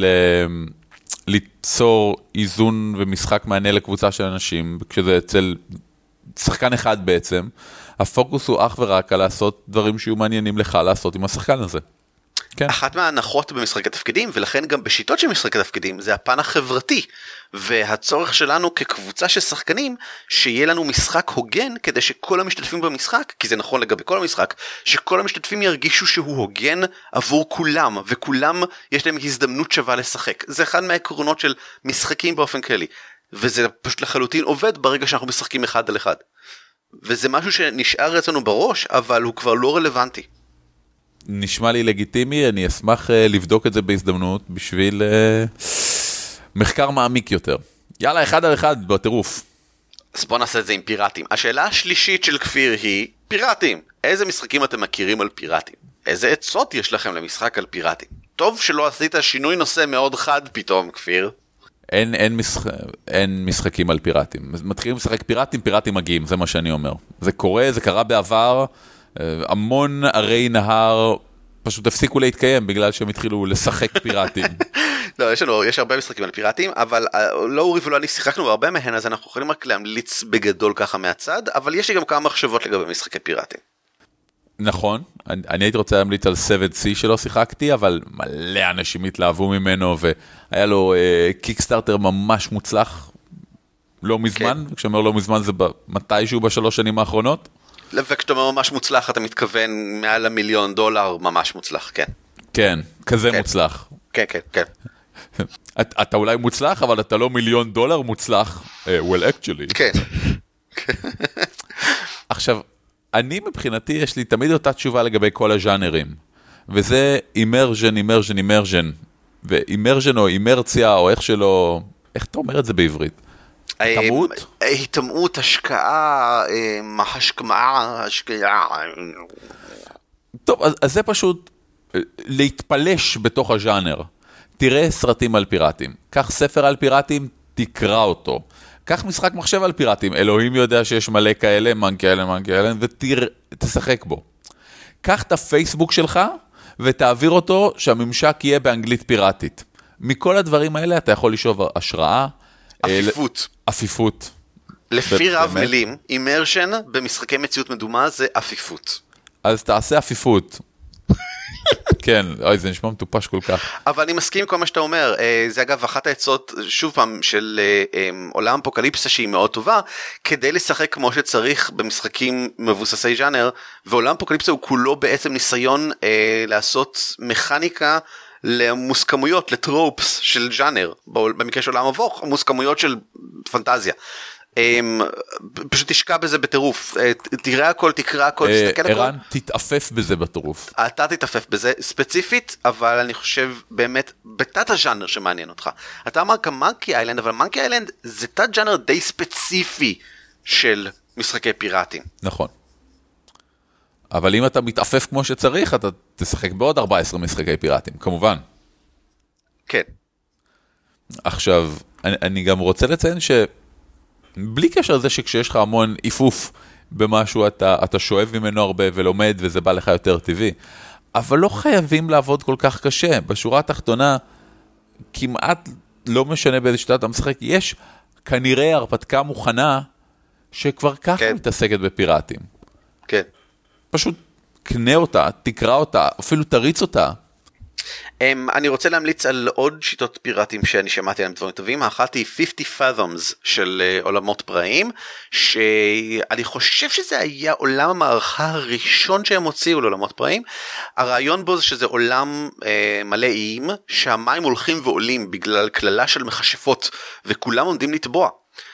ליצור איזון ומשחק מענה לקבוצה של אנשים, כשזה אצל שחקן אחד בעצם, הפוקוס הוא אך ורק על לעשות דברים שיהיו מעניינים לך לעשות עם השחקן הזה. כן. אחת מההנחות במשחק התפקידים, ולכן גם בשיטות של משחק התפקידים, זה הפן החברתי, והצורך שלנו כקבוצה של שחקנים, שיהיה לנו משחק הוגן, כדי שכל המשתתפים במשחק, כי זה נכון לגבי כל המשחק, שכל המשתתפים ירגישו שהוא הוגן עבור כולם, וכולם יש להם הזדמנות שווה לשחק. זה אחד מהעקרונות של משחקים באופן כללי. וזה פשוט לחלוטין עובד ברגע שאנחנו משחקים אחד על אחד. וזה משהו שנשאר אצלנו בראש, אבל הוא כבר לא רלוונטי. נשמע לי לגיטימי, אני אשמח לבדוק את זה בהזדמנות בשביל מחקר מעמיק יותר. יאללה, אחד על אחד בטירוף. אז בוא נעשה את זה עם פיראטים. השאלה השלישית של כפיר היא, פיראטים. איזה משחקים אתם מכירים על פיראטים? איזה עצות יש לכם למשחק על פיראטים? טוב שלא עשית שינוי נושא מאוד חד פתאום, כפיר. אין משחקים על פיראטים. מתחילים לשחק פיראטים, פיראטים מגיעים, זה מה שאני אומר. זה קורה, זה קרה בעבר, המון ערי נהר פשוט הפסיקו להתקיים בגלל שהם התחילו לשחק פיראטים. לא, יש הרבה משחקים על פיראטים, אבל לא אורי ולא אני שיחקנו הרבה מהן, אז אנחנו יכולים רק להמליץ בגדול ככה מהצד, אבל יש לי גם כמה מחשבות לגבי משחקי פיראטים. נכון, אני הייתי רוצה להמליץ על 7C שלא שיחקתי, אבל מלא אנשים התלהבו ממנו, והיה לו קיקסטארטר ממש מוצלח, לא מזמן, כן. כשאומר לא מזמן זה מתישהו בשלוש שנים האחרונות. וכשאתה אומר ממש מוצלח, אתה מתכוון מעל $1,000,000 ממש מוצלח, כן. כן, כזה כן. מוצלח. כן, כן, כן. אתה אולי מוצלח, אבל אתה לא $1,000,000 מוצלח. Well, actually. כן. עכשיו, אני מבחינתי, יש לי תמיד אותה תשובה לגבי כל הז'אנרים, וזה immersion, ואימרז'ן או אימרציה, או איך שלא, איך אתה אומר את זה בעברית? התאמות? התאמות, השקעה, השקעה. טוב, אז זה פשוט להתפלש בתוך הז'אנר. תראה סרטים על פיראטים, קח ספר על פיראטים, תקרא אותו. קח משחק מחשב על פיראטים, אלוהים יודע שיש מלא כאלה, מנקי איילנד, ותשחק בו. קח את הפייסבוק שלך, ותעביר אותו שהממשק יהיה באנגלית פיראטית. מכל הדברים האלה אתה יכול לשאוב השראה. עפיפות. עפיפות. לפי רב מילים, אימרשן במשחקי מציאות מדומה זה עפיפות. אז תעשה עפיפות. כן, אוי, זה נשמע מטופש כל כך. אבל אני מסכים עם כל מה שאתה אומר, זה אגב אחת העצות, שוב פעם, של עולם אפוקליפסה שהיא מאוד טובה, כדי לשחק כמו שצריך במשחקים מבוססי ז'אנר, ועולם אפוקליפסה הוא כולו בעצם ניסיון לעשות מכניקה למוסכמויות, לטרופס של ז'אנר, במקרה של עולם מבוך, מוסכמויות של פנטזיה. פשוט תשקע בזה בטירוף, תראה הכל, תקרא הכל, תסתכל הכל. ערן, תתעפף בזה בטירוף. אתה תתעפף בזה ספציפית, אבל אני חושב באמת בתת הז'אנר שמעניין אותך. אתה אמר כמנקי איילנד, אבל מנקי איילנד זה תת ז'אנר די ספציפי של משחקי פיראטים. נכון. אבל אם אתה מתעפף כמו שצריך, אתה תשחק בעוד 14 משחקי פיראטים, כמובן. כן. עכשיו, אני גם רוצה לציין בלי קשר לזה שכשיש לך המון עיפוף במשהו, אתה שואב ממנו הרבה ולומד, וזה בא לך יותר טבעי. אבל לא חייבים לעבוד כל כך קשה. בשורה התחתונה, כמעט לא משנה באיזה שיטה אתה משחק, יש כנראה הרפתקה מוכנה, שכבר ככה מתעסקת בפיראטים. כן. פשוט קנה אותה, תקרא אותה, אפילו תריץ אותה. אני רוצה להמליץ על עוד שיטות פיראטים שאני שמעתי עליהם דברים טובים. האחת היא 50 Fathoms של עולמות פראיים, שאני חושב שזה היה עולם המערכה הראשון שהם הוציאו לעולמות פראיים. הרעיון בו זה שזה עולם מלא איים, שהמים הולכים ועולים בגלל כללה של מכשפות, וכולם עומדים לטבוע.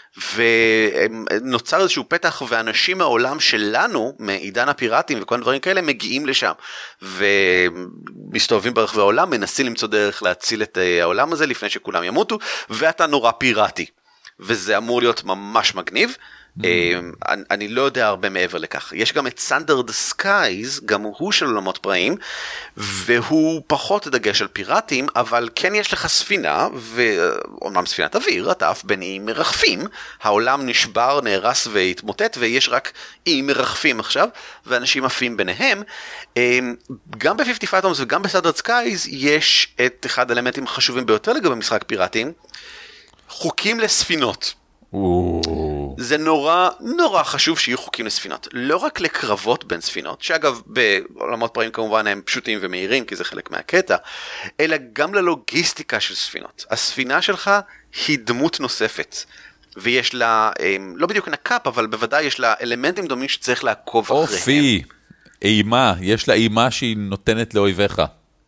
ונוצר איזשהו פתח, ואנשים מהעולם שלנו, מעידן הפיראטים וכל הדברים כאלה, מגיעים לשם ומסתובבים ברחבי העולם, מנסים למצוא דרך להציל את העולם הזה לפני שכולם ימותו, ואתה נורא פיראטי, וזה אמור להיות ממש מגניב. אני לא יודע הרבה מעבר לכך. יש גם את Thunder the Skies, גם הוא של עולמות פראיים, והוא פחות דגש על פיראטים, אבל כן יש לך ספינה, ואומנם ספינת אוויר, אתה אף בין איים מרחפים, העולם נשבר, נהרס והתמוטט, ויש רק איים מרחפים עכשיו, ואנשים עפים ביניהם. גם ב-50 Fathoms וגם ב-Thunder the Skies יש את אחד האלמנטים החשובים ביותר לגבי משחק פיראטים, חוקים לספינות. זה נורא חשוב שיהיו חוקים לספינות, לא רק לקרבות בין ספינות, שאגב בעולמות פראיים כמובן הם פשוטים ומהירים כי זה חלק מהקטע, אלא גם ללוגיסטיקה של ספינות. הספינה שלך היא דמות נוספת, ויש לה לא בדיוק נקאפ, אבל בוודאי יש לה אלמנטים דומים שצריך לעקוב אחריהם. אופי, אימה, יש לה אימה שהיא נותנת לאויביך.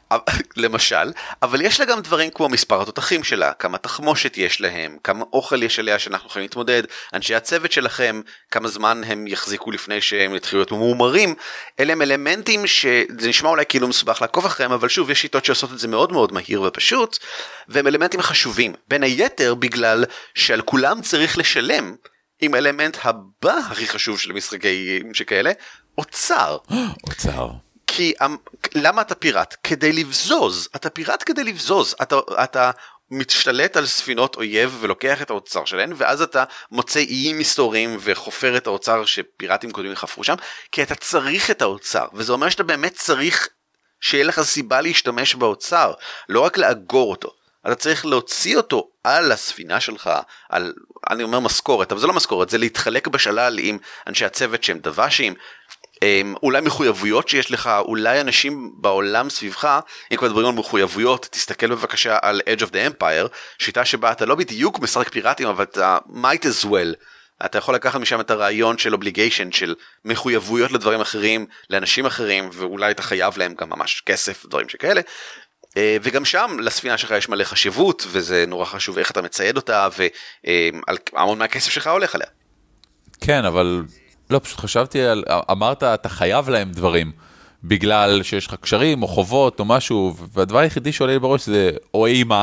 למשל, אבל יש לה גם דברים כמו מספר התותחים שלה, כמה תחמושת יש להם, כמה אוכל יש עליה שאנחנו יכולים להתמודד, אנשי הצוות שלכם, כמה זמן הם יחזיקו לפני שהם יתחילו להיות ממומרים, אלה הם אלמנטים שזה נשמע אולי כאילו מסובך לעקוב אחריהם, אבל שוב יש שיטות שעושות את זה מאוד מאוד מהיר ופשוט, והם אלמנטים חשובים, בין היתר בגלל שעל כולם צריך לשלם, עם אלמנט הבא הכי חשוב של משחקים שכאלה, אוצר. אוצר. כי למה אתה פיראט? כדי לבזוז. אתה פיראט כדי לבזוז. אתה משתלט על ספינות אויב ולוקח את האוצר שלהן, ואז אתה מוצא איים מסתוריים וחופר את האוצר שפיראטים קודמים חפרו שם, כי אתה צריך את האוצר. וזה אומר שאתה באמת צריך שיהיה לך סיבה להשתמש באוצר, לא רק לאגור אותו. אתה צריך להוציא אותו על הספינה שלך, על, אני אומר משכורת, אבל זה לא משכורת, זה להתחלק בשלל עם אנשי הצוות שהם דוושים, אולי מחויבויות שיש לך, אולי אנשים בעולם סביבך, אם כבר דברים על מחויבויות, תסתכל בבקשה על Edge of the Empire, שיטה שבה אתה לא בדיוק משחק פיראטים, אבל אתה might as well, אתה יכול לקחת משם את הרעיון של obligation, של מחויבויות לדברים אחרים, לאנשים אחרים, ואולי אתה חייב להם גם ממש כסף, דברים שכאלה, וגם שם לספינה שלך יש מלא חשיבות, וזה נורא חשוב איך אתה מצייד אותה, והמון מהכסף שלך הולך עליה. כן, אבל לא, פשוט חשבתי על, אמרת, אתה חייב להם דברים, בגלל שיש לך קשרים או חובות או משהו, והדבר היחידי שעולה לי בראש זה או אימה,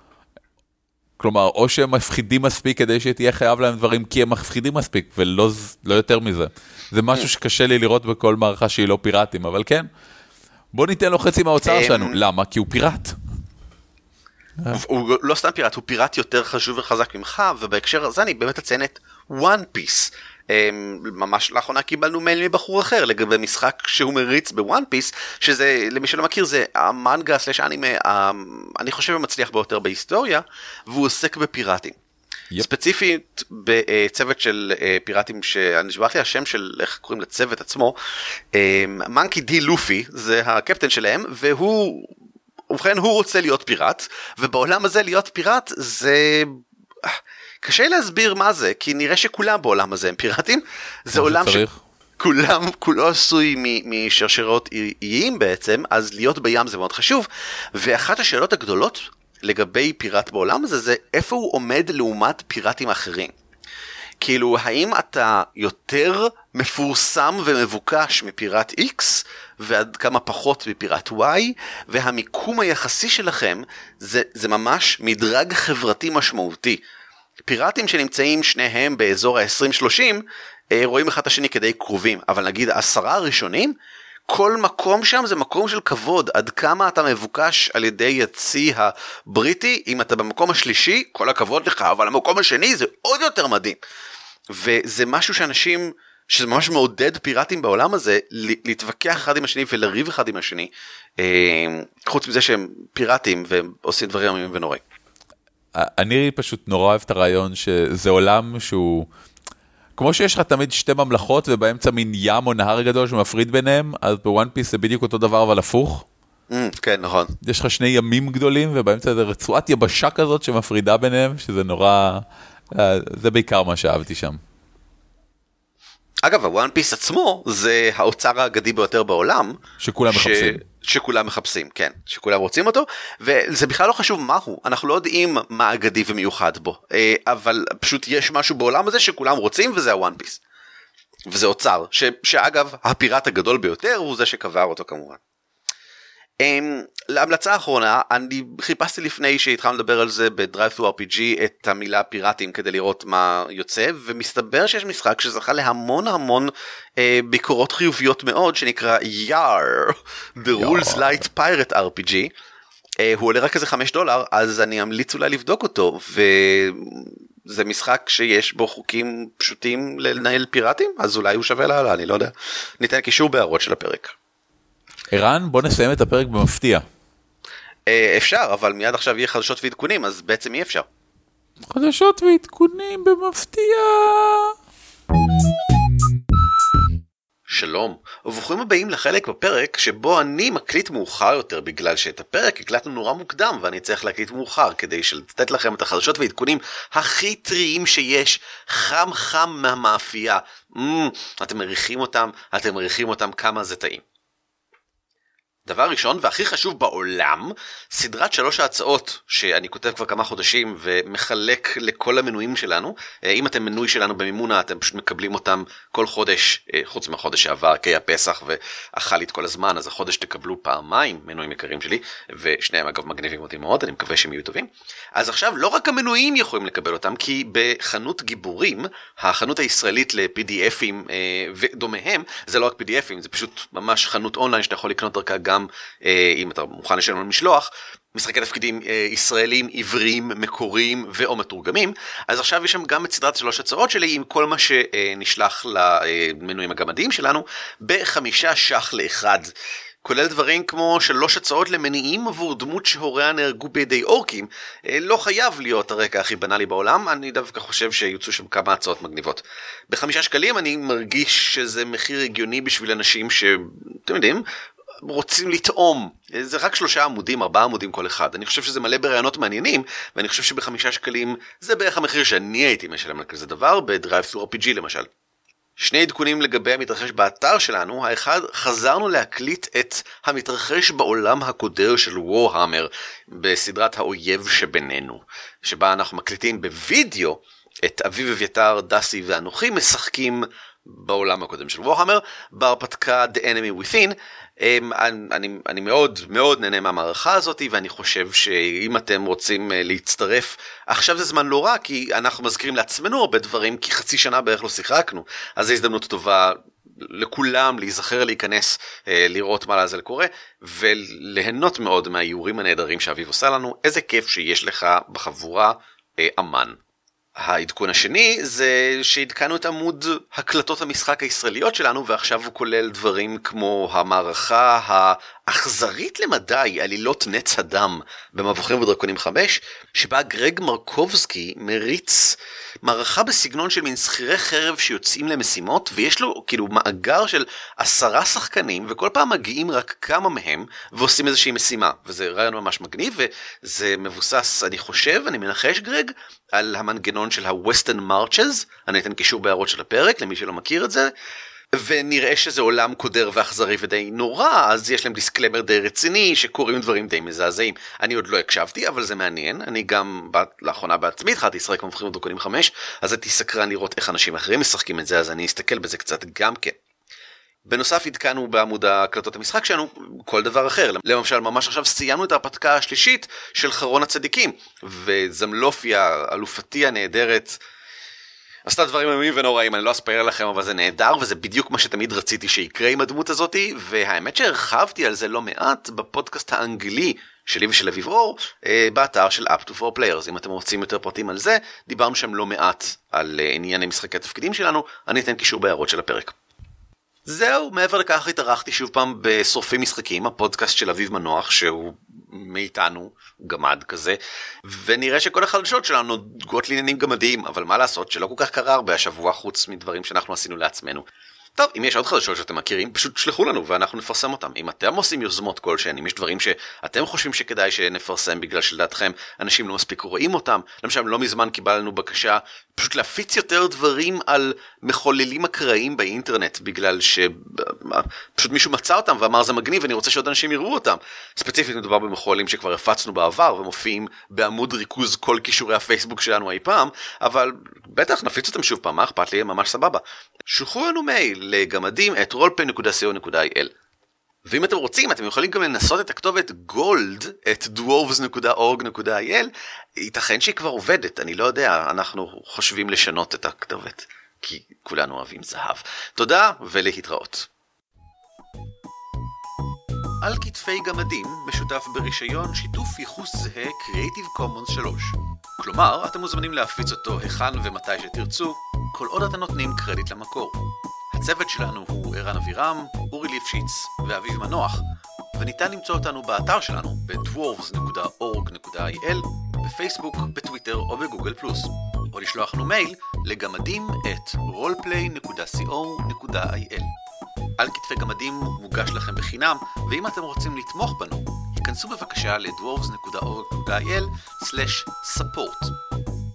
כלומר, או שהם מפחידים מספיק כדי שתהיה חייב להם דברים, כי הם מפחידים מספיק, ולא יותר מזה. זה משהו שקשה לי לראות בכל מערכה שהיא לא פיראטים, אבל כן, בוא ניתן לו חצי מהאוצר שלנו. למה? כי הוא פיראט. הוא לא סתם פיראט, הוא פיראט יותר חשוב וחזק ממך, ובהקשר הזה אני באמת אציין את One Piece. ממש לאחרונה קיבלנו מייל מבחור אחר לגבי משחק שהוא מריץ בוואן פיס, שזה למי שלא מכיר זה המנגה סלש אנימה, אני חושב המצליח ביותר בהיסטוריה, והוא עוסק בפיראטים. ספציפית בצוות של פיראטים שאני שבח לי השם של איך קוראים לצוות עצמו, מנקי די לופי זה הקפטן שלהם, והוא ובכן הוא רוצה להיות פיראט, ובעולם הזה להיות פיראט זה קשה להסביר מה זה, כי נראה שכולם בעולם הזה הם פיראטים, זה עולם כולו עשוי משרשרות איים בעצם, אז להיות בים זה מאוד חשוב, ואחת השאלות הגדולות לגבי פיראט בעולם הזה, זה איפה הוא עומד לעומת פיראטים אחרים. כאילו, האם אתה יותר מפורסם ומבוקש מפיראט X, ועד כמה פחות מפיראט Y, והמיקום היחסי שלכם, זה ממש מדרג חברתי משמעותי. פיראטים שנמצאים שניהם באזור ה-20-30, רואים אחד את השני כדי קרובים, אבל נגיד 10 הראשונים, כל מקום שם זה מקום של כבוד, עד כמה אתה מבוקש על ידי יציא הבריטי, אם אתה במקום השלישי, כל הכבוד לך, אבל המקום השני זה עוד יותר מדהים. וזה משהו שאנשים, שזה ממש מעודד פיראטים בעולם הזה, להתווכח אחד עם השני ולריב אחד עם השני, חוץ מזה שהם פיראטים ועושים דברים עמים ונוראים. אני פשוט נורא אוהב את הרעיון שזה עולם שהוא, כמו שיש לך תמיד שתי ממלכות ובאמצע מין ים או נהר גדול שמפריד ביניהם, אז בוואן פיס זה בדיוק אותו דבר אבל הפוך. כן, נכון. יש לך שני ימים גדולים ובאמצע זה רצועת יבשה כזאת שמפרידה ביניהם, שזה נורא, זה בעיקר מה שאהבתי שם. אגב, הוואן פיס עצמו זה האוצר האגדי ביותר בעולם. שכולם מחפשים. שכולם מחפשים, כן. שכולם רוצים אותו, וזה בכלל לא חשוב מהו. אנחנו לא יודעים מה אגדי ומיוחד בו. אבל פשוט יש משהו בעולם הזה שכולם רוצים, וזה הוואן פיס. וזה אוצר, שאגב, הפיראט הגדול ביותר הוא זה שקבר אותו כמובן. להמלצה האחרונה, אני חיפשתי לפני שהתחלנו לדבר על זה ב-Drive-Thru RPG את המילה פיראטים כדי לראות מה יוצא, ומסתבר שיש משחק שזכה להמון המון ביקורות חיוביות מאוד שנקרא YAR, The Rules Light Pirate RPG. הוא עולה רק איזה $5, אז אני אמליץ אולי לבדוק אותו, וזה משחק שיש בו חוקים פשוטים לנהל פיראטים, אז אולי הוא שווה להעלה, אני לא יודע. ניתן קישור בהערות של הפרק. ערן, בוא נסיים את הפרק במפתיע. אפשר, אבל מיד עכשיו יהיה חדשות ועדכונים, אז בעצם אי אפשר. חדשות ועדכונים במפתיע. שלום, וברוכים הבאים לחלק בפרק שבו אני מקליט מאוחר יותר, בגלל שאת הפרק הקלטנו נורא מוקדם, ואני צריך להקליט מאוחר, כדי לתת לכם את החדשות ועדכונים הכי טריים שיש, חם מהמאפייה. אתם מריחים אותם כמה זה טעים. דבר ראשון והכי חשוב בעולם, סדרת 3 ההצעות שאני כותב כבר כמה חודשים ומחלק לכל המנויים שלנו. אם אתם מנוי שלנו במימונה, אתם פשוט מקבלים אותם כל חודש, חוץ מהחודש שעבר, כי הפסח ואכל את כל הזמן, אז החודש תקבלו פעמיים מנויים יקרים שלי, ושניהם אגב מגניבים אותי מאוד, אני מקווה שהם יהיו טובים. אז עכשיו לא רק המנויים יכולים לקבל אותם, כי בחנות גיבורים, החנות הישראלית ל-PDFים ודומיהם, זה לא רק PDFים, זה פשוט ממש חנות אונליין שאתה יכול לקנות דרכה גם אם אתה מוכן לשלם על משלוח, משחקי תפקידים ישראלים, עבריים, מקוריים ואו מתורגמים. אז עכשיו יש שם גם את סדרת 3 הצעות שלי עם כל מה שנשלח למנויים הגמדיים שלנו ב5 ש"ח לאחד. כולל דברים כמו 3 הצעות למניעים עבור דמות שהוריה נהרגו בידי אורקים. לא חייב להיות הרקע הכי בנאלי בעולם, אני דווקא חושב שיוצאו שם כמה הצעות מגניבות. ב5 שקלים אני מרגיש שזה מחיר הגיוני בשביל אנשים שאתם יודעים, רוצים לטעום. זה רק 3 עמודים, 4 עמודים כל אחד. אני חושב שזה מלא ברעיונות מעניינים, ואני חושב ב5 שקלים זה בערך המחיר שאני הייתי משלם על כזה דבר, בדרייב-ת'רו RPG למשל. 2 עדכונים לגבי המתרחש באתר שלנו. האחד, חזרנו להקליט את המתרחש בעולם הקודר של וורהמר, בסדרת האויב שבינינו, שבה אנחנו מקליטים בווידאו את אביב אביתר, דסי ואנוכי משחקים בעולם הקודם של וורהמר, בהרפתקה The Enemy Within. אני מאוד מאוד נהנה מהמערכה הזאת, ואני חושב שאם אתם רוצים להצטרף, עכשיו זה זמן לא רע, כי אנחנו מזכירים לעצמנו הרבה דברים, כי חצי שנה בערך לא שיחקנו, אז זו הזדמנות טובה לכולם להיזכר, להיכנס, לראות מה לזה קורה, וליהנות מאוד מהאיורים הנהדרים שאביב עושה לנו. איזה כיף שיש לך בחבורה, אמן. העדכון השני זה שהדכנו את עמוד הקלטות המשחק הישראליות שלנו, ועכשיו הוא כולל דברים כמו המערכה האכזרית למדי, עלילות נץ הדם במבוכים ודרקונים 5, שבה גרג מרקובסקי מריץ מערכה בסגנון של מין שכירי חרב שיוצאים למשימות, ויש לו כאילו מאגר של 10 שחקנים, וכל פעם מגיעים רק כמה מהם ועושים איזושהי משימה, וזה רעיון ממש מגניב, וזה מבוסס, אני חושב, אני מנחש גרג, על המנגנון של ה-Western Marches. אני אתן קישור בהערות של הפרק למי שלא מכיר את זה, ונראה שזה עולם קודר ואכזרי ודי נורא, אז יש להם דיסקלמר די רציני שקוראים דברים די מזעזעים. אני עוד לא הקשבתי, אבל זה מעניין. אני גם לאחרונה בעצמי התחלתי לשחק במבוכים ודרקונים 5, אז הייתי סקרן לראות איך אנשים אחרים משחקים את זה, אז אני אסתכל בזה קצת גם כן. בנוסף עדכנו בעמוד הקלטות המשחק שלנו כל דבר אחר. למשל, ממש עכשיו סיימנו את ההרפתקה השלישית של חרון הצדיקים, וזמלופיה, אלופתי הנהדרת, עשתה דברים איומים ונוראים. אני לא אספר לכם, אבל זה נהדר, וזה בדיוק מה שתמיד רציתי שיקרה עם הדמות הזאת, והאמת שהרחבתי על זה לא מעט בפודקאסט האנגלי שלי ושל אביב אור, באתר של Up to 4 Players. אם אתם רוצים יותר פרטים על זה, דיברנו שם לא מעט על ענייני משחקי התפקידים שלנו, אני אתן קישור בהערות של הפרק. זהו, מעבר לכך התארחתי שוב פעם בשורפים משחקים, הפודקאסט של אביב מנוח, שהוא מאיתנו, גמד כזה, ונראה שכל החדשות שלנו נוגעות לעניינים גמדיים, אבל מה לעשות שלא כל כך קרה הרבה השבוע חוץ מדברים שאנחנו עשינו לעצמנו. טוב, אם יש עוד חדשות שאתם מכירים, פשוט שלחו לנו ואנחנו נפרסם אותם. אם אתם עושים יוזמות כלשהן, אם יש דברים שאתם חושבים שכדאי שנפרסם בגלל שלדעתכם אנשים לא מספיק רואים אותם, למשל לא מזמן קיבלנו בקשה פשוט להפיץ יותר דברים על מחוללים אקראיים באינטרנט, בגלל שפשוט מישהו מצא אותם ואמר זה מגניב ואני רוצה שעוד אנשים יראו אותם. ספציפית מדובר במחוללים שכבר הפצנו בעבר ומופיעים בעמוד ריכוז כל קישורי הפייסבוק שלנו אי פעם, אבל בטח נפיץ אותם שוב פעם, מה אכפת לי, ממש סבבה. שלחו לנו מייל לגמדים@roleplay.co.il. ואם אתם רוצים, אתם יכולים גם לנסות את הכתובת gold@dwarves.org.il. ייתכן שהיא כבר עובדת, אני לא יודע, אנחנו חושבים לשנות את הכתובת, כי כולנו אוהבים זהב. תודה ולהתראות. על כתפי גמדים משותף ברישיון שיתוף ייחוס זהה Creative Commons 3. כלומר, אתם מוזמנים להפיץ אותו היכן ומתי שתרצו, כל עוד אתם נותנים קרדיט למקור. הצוות שלנו הוא ערן אבירם, אורי ליפשיץ ואביב מנוח, וניתן למצוא אותנו באתר שלנו ב-dwarves.org.il, בפייסבוק, בטוויטר או בגוגל פלוס, או לשלוח לנו מייל לגמדים@roleplay.co.il. על כתפי גמדים מוגש לכם בחינם, ואם אתם רוצים לתמוך בנו, כנסו בבקשה ל-dwarves.org.il/support.